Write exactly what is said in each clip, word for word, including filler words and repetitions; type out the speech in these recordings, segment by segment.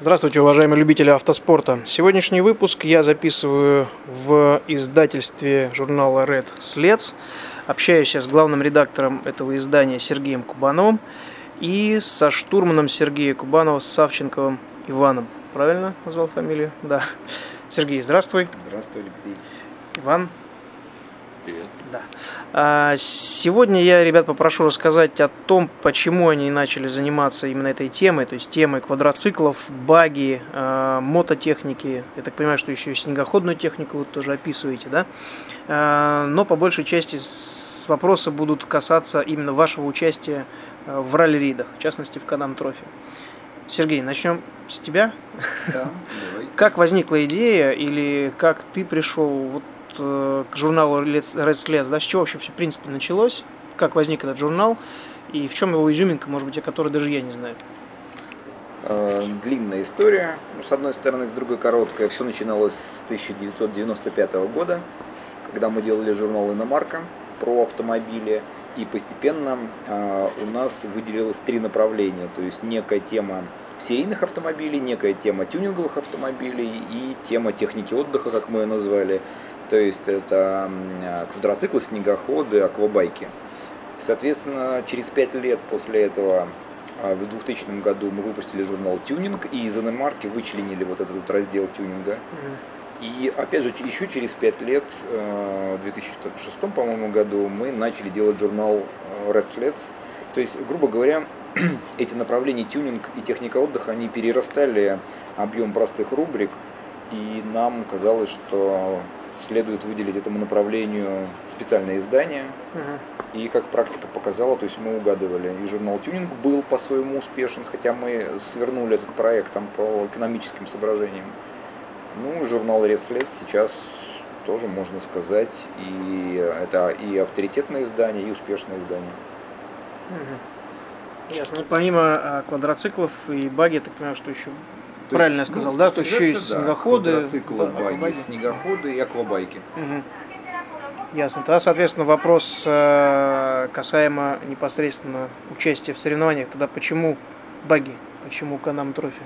Здравствуйте, уважаемые любители автоспорта. Сегодняшний выпуск я записываю в издательстве журнала Red Sleds. Общаюсь я с главным редактором этого издания Сергеем Кубановым и со штурманом Сергея Кубанова Савченковым Иваном. Правильно назвал фамилию? Да. Сергей, здравствуй. Здравствуй, Алексей. Иван. Привет. Да. Сегодня я, ребят, попрошу рассказать о том, почему они начали заниматься именно этой темой, то есть темой квадроциклов, баги, мототехники. Я так понимаю, что еще и снегоходную технику вы тоже описываете, да? Но по большей части вопросы будут касаться именно вашего участия в ралли-ридах, в частности в Can-Am Trophy. Сергей, начнем с тебя. Да, давай. Как возникла идея или как ты пришел вот к журналу Red Sleds, да, с чего вообще в принципе началось, как возник этот журнал и в чем его изюминка, может быть, о которой даже я не знаю? Длинная история, с одной стороны, с другой короткая. Все начиналось с тысяча девятьсот девяносто пятого года, когда мы делали журнал «Иномарка» про автомобили, и постепенно у нас выделилось три направления, то есть некая тема серийных автомобилей, некая тема тюнинговых автомобилей и тема техники отдыха, как мы ее назвали. То есть это квадроциклы, снегоходы, аквабайки. Соответственно, через пять лет после этого, в двухтысячном году, мы выпустили журнал «Тюнинг», и из «Иномарки» вычленили вот этот вот раздел тюнинга. И опять же, еще через пять лет, в две тысячи шестом, по-моему, году, мы начали делать журнал Red Sleds. То есть, грубо говоря, эти направления тюнинг и техника отдыха, они перерастали объем простых рубрик, и нам казалось, что следует выделить этому направлению специальное издание. Uh-huh. И как практика показала, то есть мы угадывали. И журнал «Тюнинг» был по-своему успешен, хотя мы свернули этот проект там по экономическим соображениям. Ну, журнал Red Sleds сейчас тоже, можно сказать, и это и авторитетное издание, и успешное издание. Uh-huh. Ясно. Ну, помимо а, квадроциклов и баги, я так понимаю, что еще... То Правильно есть, я сказал, ну, да? То есть еще и да, снегоходы, квадроциклы, баги, аквабайки. снегоходы и аквабайки. Угу. Ясно. Тогда, соответственно, вопрос э, касаемо непосредственно участия в соревнованиях. Тогда почему баги? Почему Can-Am Trophy?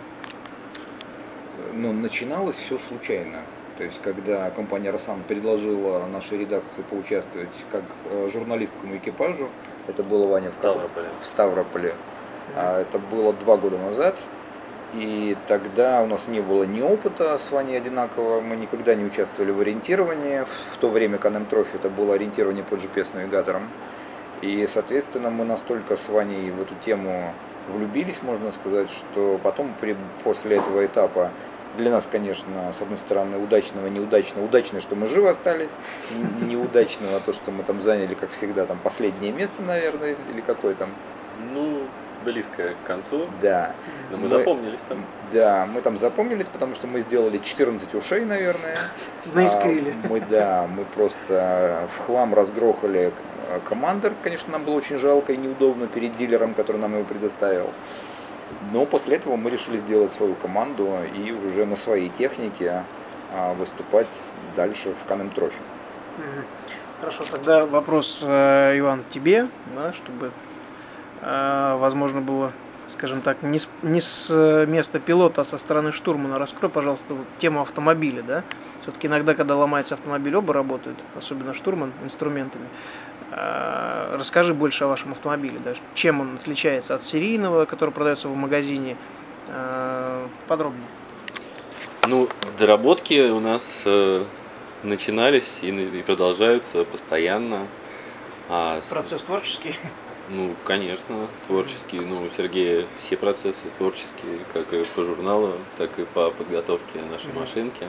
Ну, начиналось все случайно. То есть, когда компания «Росан» предложила нашей редакции поучаствовать как журналистскому экипажу, это было, Ваня, в Ставрополе. В Ставрополе. А это было два года назад. И тогда у нас не было ни опыта с Ваней одинакового, мы никогда не участвовали в ориентировании. В то время Can-Am Trophy это было ориентирование по джи пи эс-навигаторам. И, соответственно, мы настолько с Ваней в эту тему влюбились, можно сказать, что потом при, после этого этапа, для нас, конечно, с одной стороны, удачного, неудачного, удачно, что мы живы остались, неудачного то, что мы там заняли, как всегда, там последнее место, наверное, или какое там. Ну, близко к концу. Да. Но мы, мы запомнились там. Да, мы там запомнились, потому что мы сделали четырнадцать ушей, наверное. Наискрили. А, мы, да, мы просто в хлам разгрохали командер. Конечно, нам было очень жалко и неудобно перед дилером, который нам его предоставил. Но после этого мы решили сделать свою команду и уже на своей технике выступать дальше в Can-Am Trophy. Хорошо, тогда вопрос, Иван, тебе, да, чтобы возможно было, скажем так, не с, не с места пилота, а со стороны штурмана. Раскрой, пожалуйста, вот тему автомобиля, да? Все-таки иногда, когда ломается автомобиль, оба работают, особенно штурман, инструментами. Расскажи больше о вашем автомобиле, да? Чем он отличается от серийного, который продается в магазине, подробнее. Ну, доработки у нас э, начинались и, и продолжаются постоянно. А, Процесс творческий? Ну, конечно, творческий. Ну, у Сергея все процессы творческие, как и по журналу, так и по подготовке нашей mm-hmm. машинки.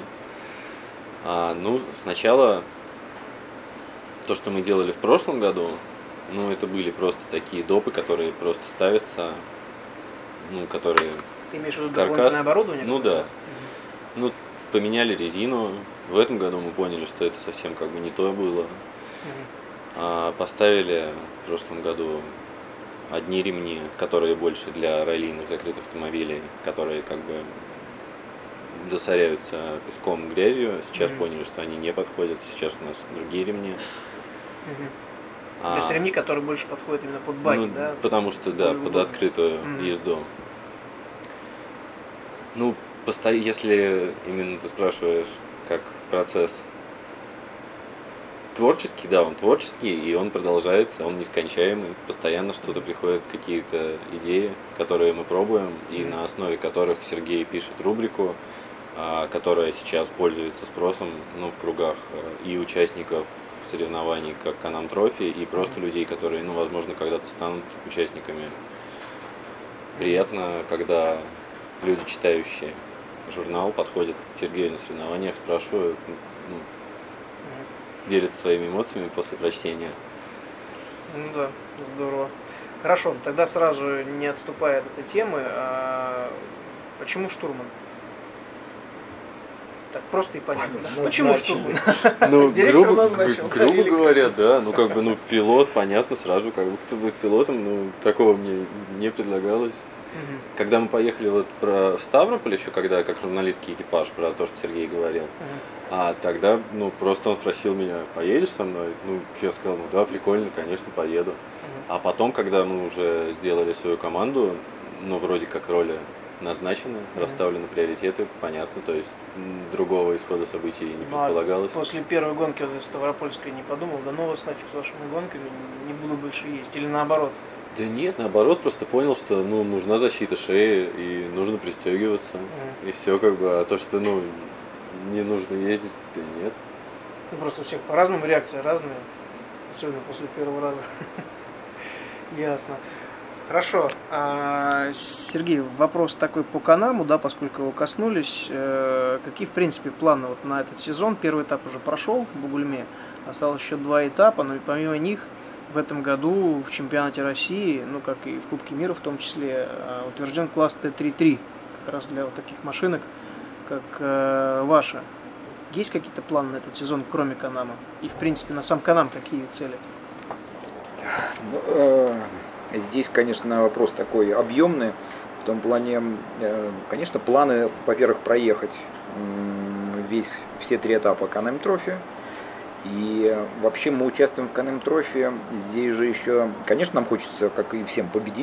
А, ну, сначала то, что мы делали в прошлом году, ну, это были просто такие допы, которые просто ставятся, ну, которые... Ты имеешь в виду каркас. дополнительное оборудование? Ну, да. Mm-hmm. Ну, поменяли резину. В этом году мы поняли, что это совсем как бы не то было. Mm-hmm. Поставили в прошлом году одни ремни, которые больше для раллийных закрытых автомобилей, которые как бы засоряются песком, грязью. Сейчас mm-hmm. поняли, что они не подходят. Сейчас у нас другие ремни. Mm-hmm. А, То есть ремни, которые больше подходят именно под баги, ну, да? Потому что, да, под открытую mm-hmm. езду. Ну, посто- если именно ты спрашиваешь, как процесс творческий, да, он творческий, и он продолжается, он нескончаемый, постоянно что-то приходят, какие-то идеи, которые мы пробуем, и на основе которых Сергей пишет рубрику, а, которая сейчас пользуется спросом, ну, в кругах э, и участников соревнований, как Канам Трофи, и просто людей, которые, ну, возможно, когда-то станут участниками. Приятно, когда люди, читающие журнал, подходят к Сергею на соревнованиях, спрашивают, ну, делятся своими эмоциями после прочтения. Ну да, здорово. Хорошо, тогда сразу, не отступая от этой темы, а почему штурман? Так просто и понятно. Да? Почему штурман? Ну, Директор грубо, назначил, г- да, грубо или говоря, да, ну как бы, ну пилот, понятно, сразу, как бы кто будет пилотом, ну такого мне не предлагалось. Мгм. Когда мы поехали вот про в Ставрополь еще, когда как журналистский экипаж, про то, что Сергей говорил, Мгм. а тогда, ну просто он спросил меня, поедешь со мной? Ну, я сказал, ну да, прикольно, конечно, поеду. Мгм. А потом, когда мы уже сделали свою команду, ну вроде как роли назначены, расставлены приоритеты, понятно, то есть м, другого исхода событий не Ну, а предполагалось. после первой гонки вот из Ставропольской не подумал, да ну вас нафиг с вашими гонками, не буду больше есть. Или наоборот. Да нет, наоборот, просто понял, что ну, нужна защита шеи и нужно пристегиваться. Мгм. И все как бы, а то, что ну не нужно ездить, да нет. Ну, просто у всех по-разному, реакция разная, особенно после первого раза. Ясно. Хорошо. А, Сергей, вопрос такой по Канаму, да, поскольку его коснулись. Э, Какие, в принципе, планы вот на этот сезон? Первый этап уже прошел в Бугульме, осталось еще два этапа, но и помимо них в этом году в чемпионате России, ну, как и в Кубке мира в том числе, э, утвержден класс Т тридцать три, как раз для вот таких машинок, как э, ваша. Есть какие-то планы на этот сезон, кроме Канама? И, в принципе, на сам Канам какие цели? Ну, э, здесь, конечно, вопрос такой объемный. В том плане, э, конечно, планы, во-первых, проехать м, весь, все три этапа Канам Трофи. И вообще мы участвуем в Канам Трофи. Здесь же еще, конечно, нам хочется, как и всем, победить.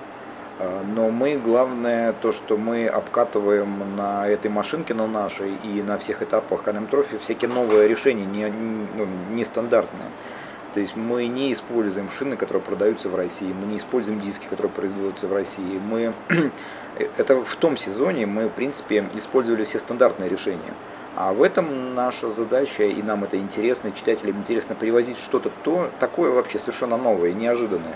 Э, Но мы, главное, то, что мы обкатываем на этой машинке, на нашей, и на всех этапах Канам Трофи всякие новые решения, не, не, ну, нестандартные. То есть мы не используем шины, которые продаются в России, мы не используем диски, которые производятся в России. Мы это в том сезоне мы, в принципе, использовали все стандартные решения. А в этом наша задача, и нам это интересно, и читателям интересно привозить что-то то, такое вообще совершенно новое, неожиданное.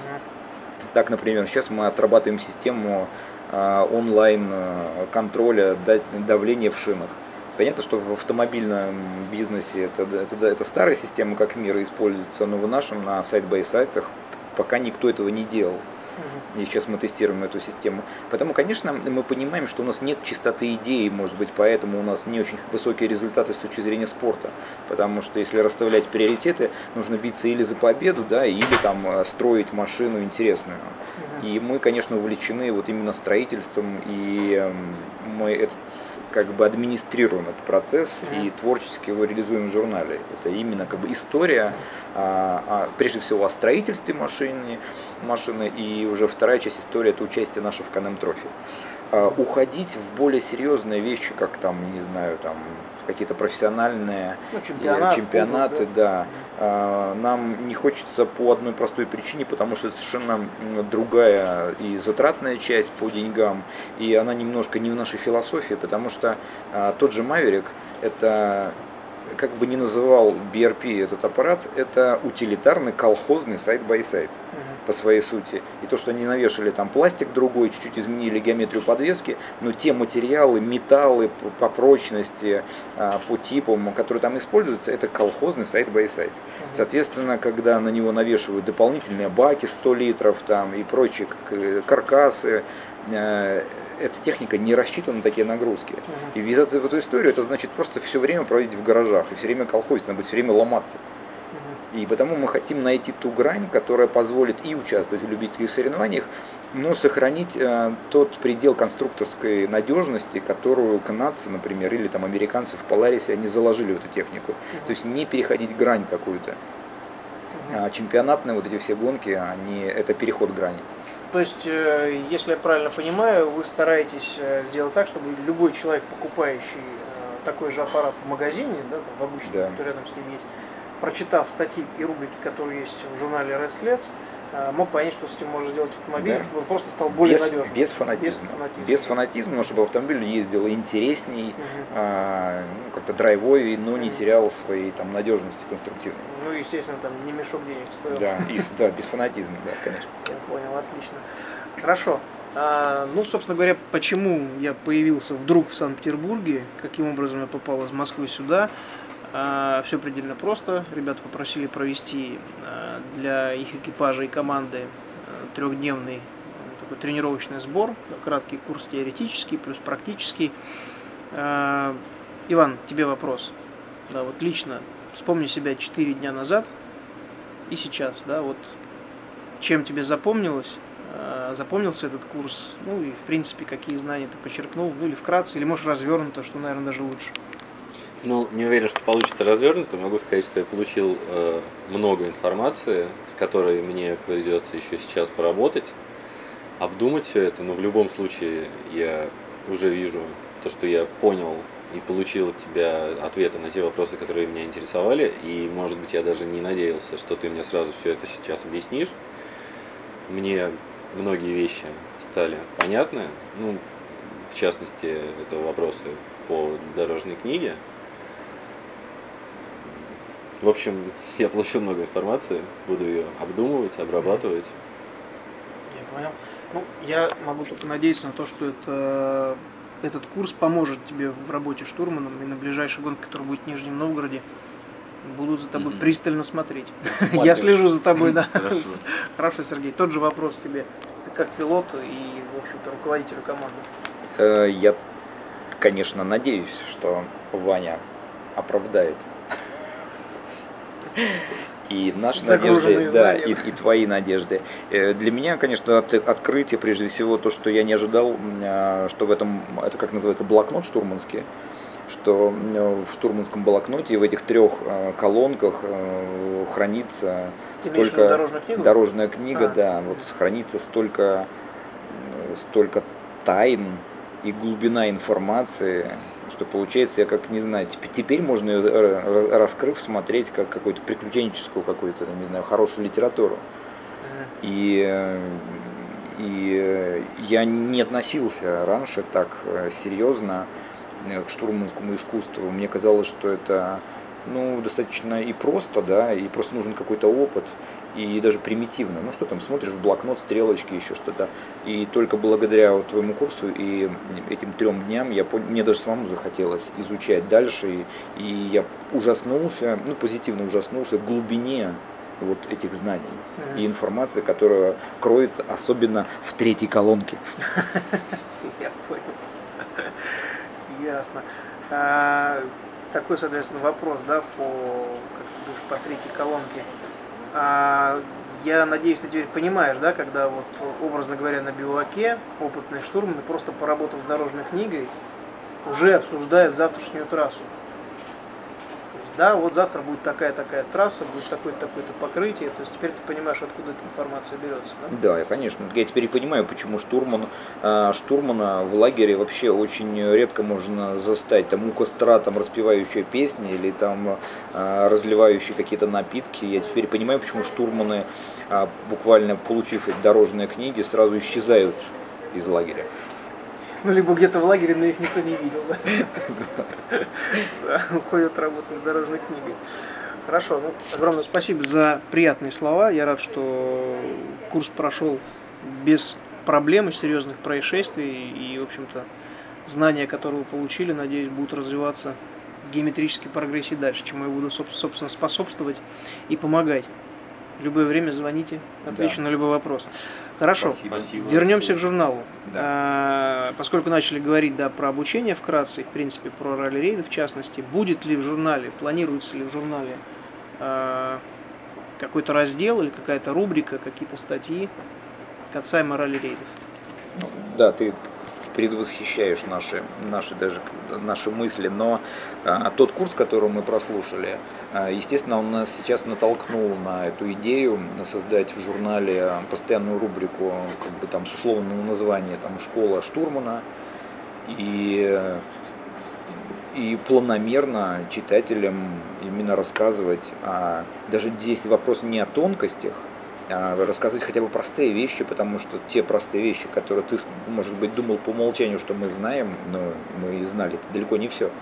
Так, например, сейчас мы отрабатываем систему э, онлайн-контроля давления в шинах. Понятно, что в автомобильном бизнесе это, это, это старая система, как мир используется, но в нашем на сайт-бай-сайтах пока никто этого не делал. И сейчас мы тестируем эту систему. Поэтому, конечно, мы понимаем, что у нас нет чистоты идеи, может быть, поэтому у нас не очень высокие результаты с точки зрения спорта. Потому что если расставлять приоритеты, нужно биться или за победу, да, или там строить машину интересную. И мы, конечно, увлечены вот именно строительством, и мы этот, как бы администрируем этот процесс и творчески его реализуем в журнале. Это именно как бы история, а, а, прежде всего, о строительстве машины, машины, и уже вторая часть истории — это участие наше в Канам Трофи. А, уходить в более серьезные вещи, как там, не знаю, там в какие-то профессиональные ну, чемпионат, чемпионаты, кубок, да. да. Нам не хочется по одной простой причине, потому что это совершенно другая и затратная часть по деньгам, и она немножко не в нашей философии, потому что а, тот же Маверик — это, как бы ни называл би ар пи этот аппарат, это утилитарный колхозный сайт-бай-сайт по своей сути. И то, что они навешали там пластик другой, чуть-чуть изменили геометрию подвески, но те материалы, металлы по прочности, по типам, которые там используются, это колхозный сайт-бай-сайт. Соответственно, когда на него навешивают дополнительные баки сто литров там, и прочие каркасы, эта техника не рассчитана на такие нагрузки. И ввязаться в эту историю, это значит просто все время проводить в гаражах, и все время колхозить, надо будет все время ломаться. И потому мы хотим найти ту грань, которая позволит и участвовать в любительских соревнованиях, но сохранить э, тот предел конструкторской надежности, которую канадцы, например, или там американцы в Поларисе, они заложили в эту технику. То есть не переходить грань какую-то. А чемпионатные вот эти все гонки, они, это переход грани. то есть, э, если я правильно понимаю, вы стараетесь э, сделать так, чтобы любой человек, покупающий э, такой же аппарат в магазине, да, там, в обычном, Да. который рядом с ним есть, прочитав статьи и рубрики, которые есть в журнале Reslets, э, мог понять, что с этим можно сделать автомобиль, Да. чтобы он просто стал более без, надежным. без фанатизма. Без фанатизма. Без фанатизма, но чтобы автомобиль ездил интересней, Мгм. а, ну, как-то драйвовее, но не терял своей там надежности конструктивной. Ну, естественно, там не мешок денег стоил. Да, и, да, без фанатизма, да, конечно. Я понял, отлично. Хорошо. А, ну, собственно говоря, почему я появился вдруг в Санкт-Петербурге, каким образом я попал из Москвы сюда, а, все предельно просто. Ребята попросили провести а, для их экипажа и команды а, трехдневный а, такой тренировочный сбор, краткий курс теоретический плюс практический. А, Иван, тебе вопрос. Да, вот лично вспомни себя четыре дня назад и сейчас, да, вот чем тебе запомнилось, э, запомнился этот курс, ну и в принципе какие знания ты подчеркнул, ну или вкратце, или можешь развернуто, что, наверное, даже лучше. Ну, не уверен, что получится развернуто. Могу сказать, что я получил э, много информации, с которой мне придется еще сейчас поработать, обдумать все это. Но в любом случае я уже вижу то, что я понял и получил от тебя ответы на те вопросы, которые меня интересовали. И, может быть, я даже не надеялся, что ты мне сразу все это сейчас объяснишь. Мне многие вещи стали понятны. Ну, в частности, это вопросы по дорожной книге. В общем, я получил много информации, буду ее обдумывать, обрабатывать. Я понял. Ну, я могу только надеяться на то, что это, этот курс поможет тебе в работе штурманом, и на ближайшей гонке, которая будет в Нижнем Новгороде, будут за тобой Мгм. пристально смотреть. Я слежу за тобой, да. Хорошо. Хорошо, Сергей. Тот же вопрос тебе, ты как пилоту и, в общем-то, руководителю команды. Э, Я, конечно, надеюсь, что Ваня оправдает и наши Загруженные надежды, да, знания. и, и твои надежды. Э, Для меня, конечно, от- открытие, прежде всего, то, что я не ожидал, м, что в этом, это как называется, блокнот штурманский, что э, в штурманском блокноте в этих трех э, колонках э, хранится Ты имеешь в виду столько дорожную книгу? дорожная книга, А. да, вот хранится столько, э, столько тайн и глубина информации, что получается, я как не знаю, теперь, теперь можно ее, э, ра- раскрыв, смотреть как какую-то приключенческую, какую-то, не знаю, хорошую литературу. Мгм. И, э, и э, я не относился раньше так э, серьезно э, к штурманскому искусству. Мне казалось, что это, ну, достаточно и просто, да, и просто нужен какой-то опыт, и даже примитивно. Ну что там, смотришь в блокнот, стрелочки, еще что-то. И только благодаря вот твоему курсу и этим трем дням я пон- мне даже самому захотелось изучать дальше, и, и я ужаснулся, ну позитивно ужаснулся глубине вот этих знаний Мгм. и информации, которая кроется особенно в третьей колонке. Я понял. Ясно. А, такой, соответственно, вопрос, да, по, как ты говоришь, по третьей колонке. А, я надеюсь, ты теперь понимаешь, да, когда вот, образно говоря, на биваке опытный штурман, просто поработав с дорожной книгой, уже обсуждает завтрашнюю трассу. То есть, да, вот завтра будет такая-такая трасса, будет такое-то такое-то покрытие. То есть теперь ты понимаешь, откуда эта информация берется, да? Да, я, конечно. Я теперь и понимаю, почему штурман, а, штурмана в лагере вообще очень редко можно застать. Там у костра там распевающие песни или там а, разливающие какие-то напитки. Я теперь понимаю, почему штурманы, а, буквально получив эти дорожные книги, сразу исчезают из лагеря. Ну, либо где-то в лагере, но их никто не видел. Да? Уходят работать с дорожной книгой. Хорошо, ну, огромное спасибо за приятные слова. Я рад, что курс прошел без проблем и серьезных происшествий. И, в общем-то, знания, которые вы получили, надеюсь, будут развиваться в геометрической прогрессии дальше, чему я буду, собственно, способствовать и помогать. В любое время звоните, отвечу Да. на любой вопрос. Хорошо, Спасибо. вернемся к журналу. Да. А, поскольку начали говорить, да, про обучение вкратце, в принципе, про ралли-рейды в частности, будет ли в журнале, планируется ли в журнале а, какой-то раздел или какая-то рубрика, какие-то статьи касаемо ралли-рейдов? Да, ты предвосхищаешь наши, наши, даже, наши мысли. Но а, тот курс, который мы прослушали, а, естественно, он нас сейчас натолкнул на эту идею создать в журнале постоянную рубрику как бы, там, с условным названием там, «Школа штурмана». И, и планомерно читателям именно рассказывать, а, даже здесь вопрос не о тонкостях, а рассказывать хотя бы простые вещи, потому что те простые вещи, которые ты, может быть, думал по умолчанию, что мы знаем, но мы и знали, это далеко не все.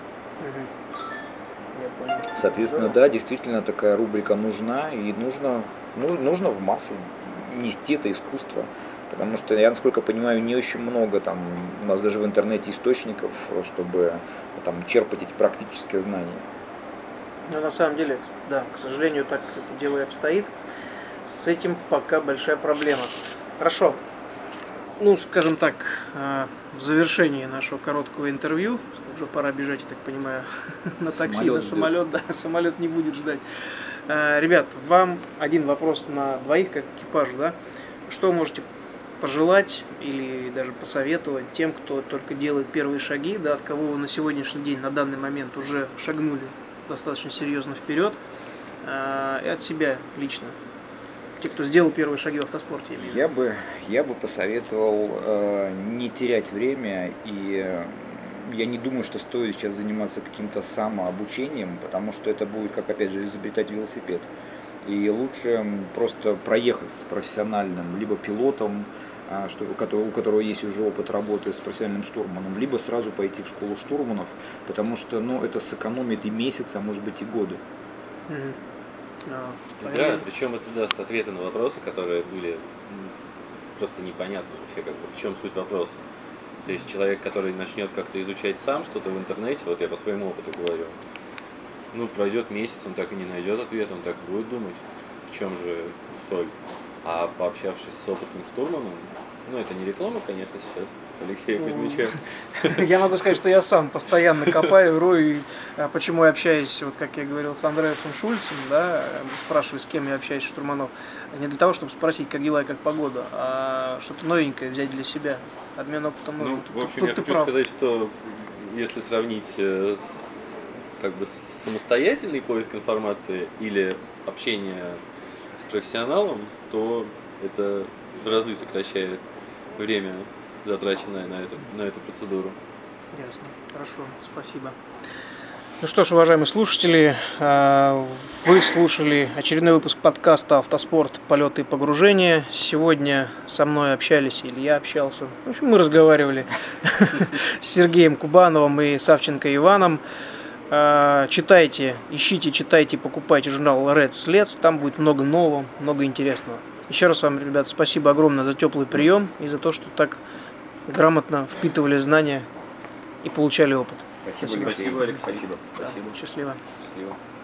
Угу. Соответственно, да, действительно такая рубрика нужна, и нужно, нужно, нужно в массы нести это искусство. Потому что я, насколько понимаю, не очень много там у нас даже в интернете источников, чтобы там черпать эти практические знания. Но на самом деле, да, к сожалению, так это дело и обстоит. С этим пока большая проблема. Хорошо. Ну, скажем так, в завершении нашего короткого интервью, уже пора бежать, я так понимаю, на такси, самолет на самолет, ждет. Да, самолет не будет ждать. Ребят, вам один вопрос на двоих, как экипажу, да? Что можете пожелать или даже посоветовать тем, кто только делает первые шаги, да, от кого вы на сегодняшний день, на данный момент уже шагнули достаточно серьезно вперед, и от себя лично? Те, кто сделал первые шаги в автоспорте. Я бы, я бы посоветовал э, не терять время, и э, я не думаю, что стоит сейчас заниматься каким-то самообучением, потому что это будет, как опять же, изобретать велосипед. И лучше просто проехать с профессиональным, либо пилотом, э, что, у, которого, у которого есть уже опыт работы с профессиональным штурманом, либо сразу пойти в школу штурманов, потому что ну, это сэкономит и месяцы, а может быть и годы. Mm-hmm. Да, да, причем это даст ответы на вопросы, которые были просто непонятны вообще, как бы, в чем суть вопроса. То есть человек, который начнет как-то изучать сам что-то в интернете, вот я по своему опыту говорю, ну, пройдет месяц, он так и не найдет ответ, он так и будет думать, в чем же соль. А пообщавшись с опытным штурманом, ну, это не реклама, конечно, сейчас, Алексея Кузьмича. Я могу сказать, что я сам постоянно копаю, рою, почему я общаюсь, вот как я говорил, с Андреасом Шульцем, да, спрашиваю, с кем я общаюсь, штурманов, не для того, чтобы спросить, как дела и как погода, а что-то новенькое взять для себя. Обмен опытом нужен. Ну, в общем, я хочу сказать, что если сравнить с, как бы, самостоятельный поиск информации или общение с профессионалом, то это в разы сокращает время, затраченное на эту, на эту процедуру. Ясно. Хорошо, спасибо. Ну что ж, уважаемые слушатели, вы слушали очередной выпуск подкаста «Автоспорт. Полеты и погружения». Сегодня со мной общались, или я общался, в общем, мы разговаривали с Сергеем Кубановым и Савченко Иваном. Читайте, ищите, читайте, покупайте журнал Red Sleds, там будет много нового, много интересного. Еще раз вам, ребят, спасибо огромное за теплый прием и за то, что так грамотно впитывали знания и получали опыт. Спасибо, Спасибо, Алексей. Спасибо. Да, Спасибо. счастливо. Счастливо.